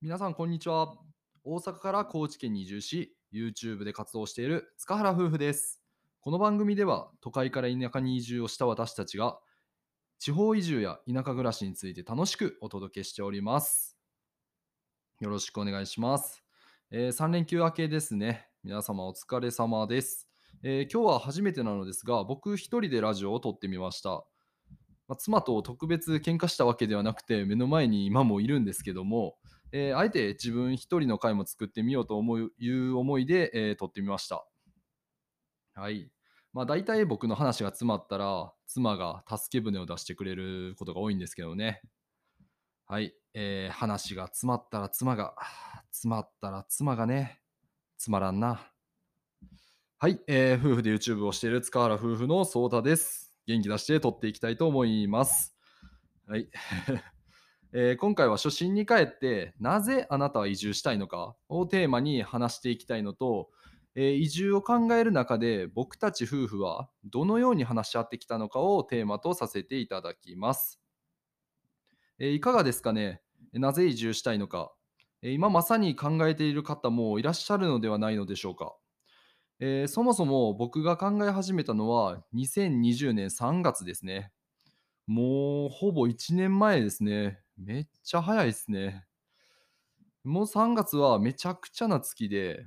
皆さん、こんにちは。大阪から高知県に移住し、YouTube で活動している塚原夫婦です。この番組では、都会から田舎に移住をした私たちが、地方移住や田舎暮らしについて楽しくお届けしております。よろしくお願いします。3連休明けですね。皆様お疲れ様です。今日は初めてなのですが、僕一人でラジオを撮ってみました。妻と特別喧嘩したわけではなくて、目の前に今もいるんですけども、あえて自分一人の回も作ってみようという思いで、撮ってみました。はい。大体僕の話が詰まったら、妻が助け舟を出してくれることが多いんですけどね。はい。話が詰まったら妻が、詰まったら妻がね、つまらんな。はい。夫婦で YouTube をしている塚原夫婦のソータです。元気出して撮っていきたいと思います。はい。今回は初心に帰ってなぜあなたは移住したいのかをテーマに話していきたいのと、移住を考える中で僕たち夫婦はどのように話し合ってきたのかをテーマとさせていただきます。いかがですかね。なぜ移住したいのか。今まさに考えている方もいらっしゃるのではないのでしょうか。そもそも僕が考え始めたのは2020年3月ですね。もうほぼ1年前ですね。めっちゃ早いですね。もう3月はめちゃくちゃな月で、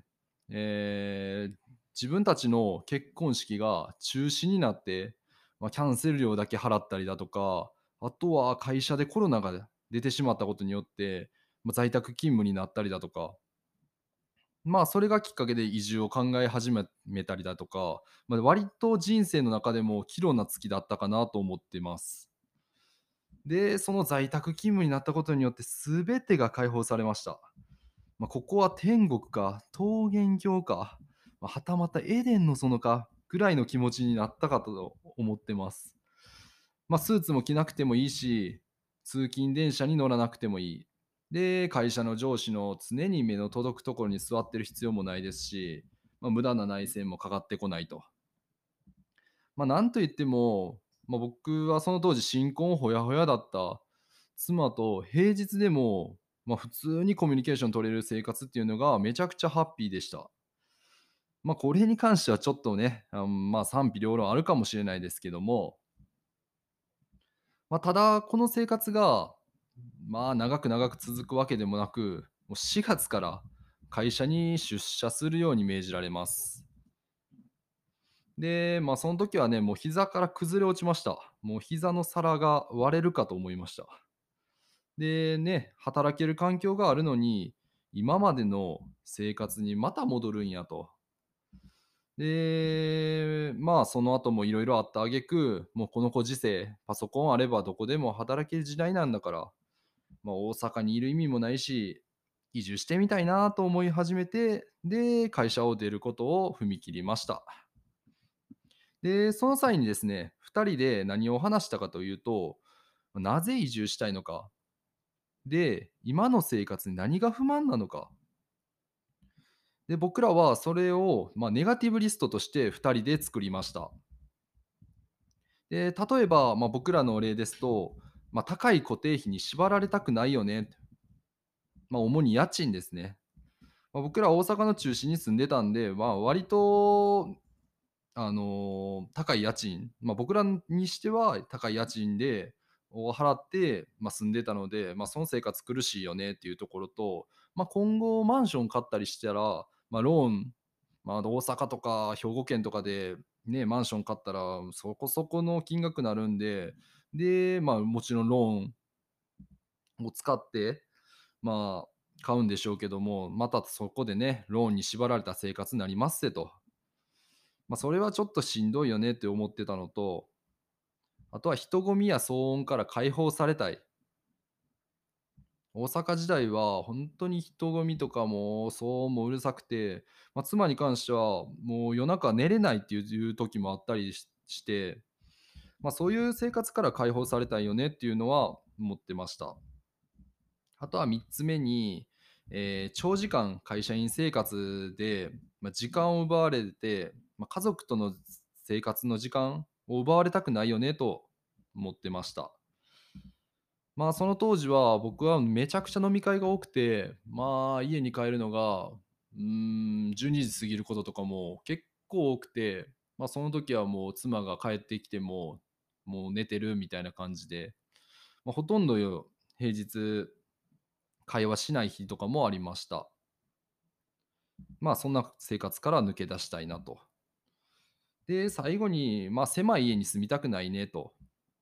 自分たちの結婚式が中止になって、キャンセル料だけ払ったりだとか、あとは会社でコロナが出てしまったことによって、在宅勤務になったりだとか、それがきっかけで移住を考え始めたりだとか、割と人生の中でも岐路な月だったかなと思ってます。で、その在宅勤務になったことによって全てが解放されました。ここは天国か、桃源郷か、はたまたエデンの園かぐらいの気持ちになったかと思ってます。スーツも着なくてもいいし、通勤電車に乗らなくてもいい。で、会社の上司の常に目の届くところに座ってる必要もないですし、無駄な内線もかかってこないと。なんといっても、僕はその当時新婚ほやほやだった妻と平日でも、普通にコミュニケーション取れる生活っていうのがめちゃくちゃハッピーでした。これに関してはちょっとね、賛否両論あるかもしれないですけども、ただこの生活が、長く長く続くわけでもなく、もう4月から会社に出社するように命じられます。で、その時はね、もう膝から崩れ落ちました。もう膝の皿が割れるかと思いました。でね、働ける環境があるのに、今までの生活にまた戻るんやと。で、その後もいろいろあった挙句、もうこのご時世、パソコンあればどこでも働ける時代なんだから、大阪にいる意味もないし、移住してみたいなと思い始めて、で、会社を出ることを踏み切りました。で、その際にですね、2人で何を話したかというと、なぜ移住したいのか、で、今の生活に何が不満なのか。で、僕らはそれを、ネガティブリストとして2人で作りました。で、例えば、僕らの例ですと、高い固定費に縛られたくないよね。主に家賃ですね。僕ら大阪の中心に住んでたんで、割と、高い家賃、僕らにしては高い家賃でを払って、住んでたので、その生活苦しいよねっていうところと、今後マンション買ったりしたら、ローン、大阪とか兵庫県とかで、ね、マンション買ったらそこそこの金額になるんで、で、もちろんローンを使って、買うんでしょうけども、またそこでね、ローンに縛られた生活になりますせと。それはちょっとしんどいよねって思ってたのと、あとは人混みや騒音から解放されたい。大阪時代は本当に人混みとかも騒音もうるさくて、妻に関してはもう夜中寝れないっていう時もあったりして、そういう生活から解放されたいよねっていうのは思ってました。あとは3つ目に、長時間会社員生活で、時間を奪われて、家族との生活の時間を奪われたくないよねと思ってました。 その当時は僕はめちゃくちゃ飲み会が多くて、家に帰るのが、12時過ぎることとかも結構多くて、その時はもう妻が帰ってきても、もう寝てるみたいな感じで、ほとんど平日会話しない日とかもありました。そんな生活から抜け出したいなと。で、最後に、狭い家に住みたくないねと。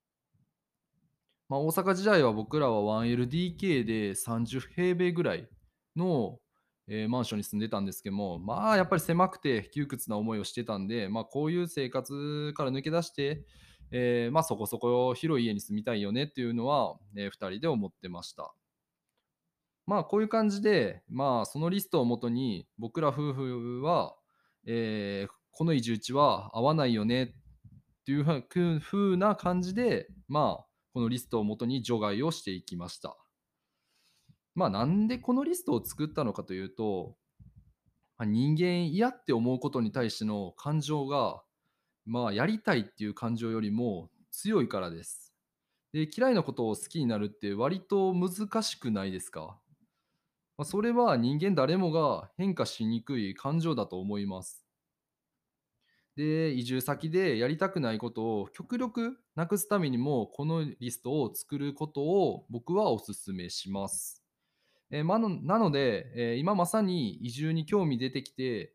大阪時代は僕らは 1LDK で30平米ぐらいの、マンションに住んでたんですけども、やっぱり狭くて窮屈な思いをしてたんで、こういう生活から抜け出して、そこそこ広い家に住みたいよねっていうのは、2人で思ってました。こういう感じで、そのリストをもとに僕ら夫婦は、この移住地は合わないよねっていう風な感じで、このリストをもとに除外をしていきました。なんでこのリストを作ったのかというと、人間嫌って思うことに対しての感情が、やりたいっていう感情よりも強いからです。で、嫌いなことを好きになるって割と難しくないですか？それは人間誰もが変化しにくい感情だと思います。で、移住先でやりたくないことを極力なくすためにも、このリストを作ることを僕はお勧めします。なので、今まさに移住に興味出てきて、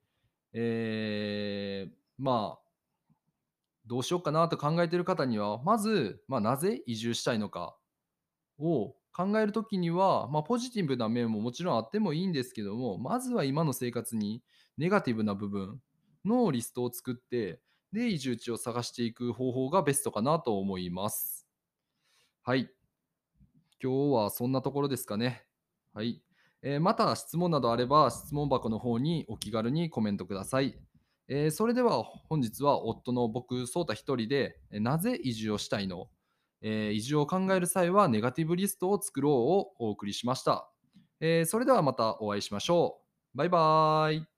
どうしようかなと考えている方には、まず、なぜ移住したいのかを考えるときには、ポジティブな面ももちろんあってもいいんですけども、まずは今の生活にネガティブな部分のリストを作って、で、移住地を探していく方法がベストかなと思います。はい。今日はそんなところですかね。はい。また質問などあれば、質問箱の方にお気軽にコメントください。それでは本日は夫の僕、ソータ一人で、なぜ移住をしたいの、移住を考える際はネガティブリストを作ろうをお送りしました。それではまたお会いしましょう。バイバーイ。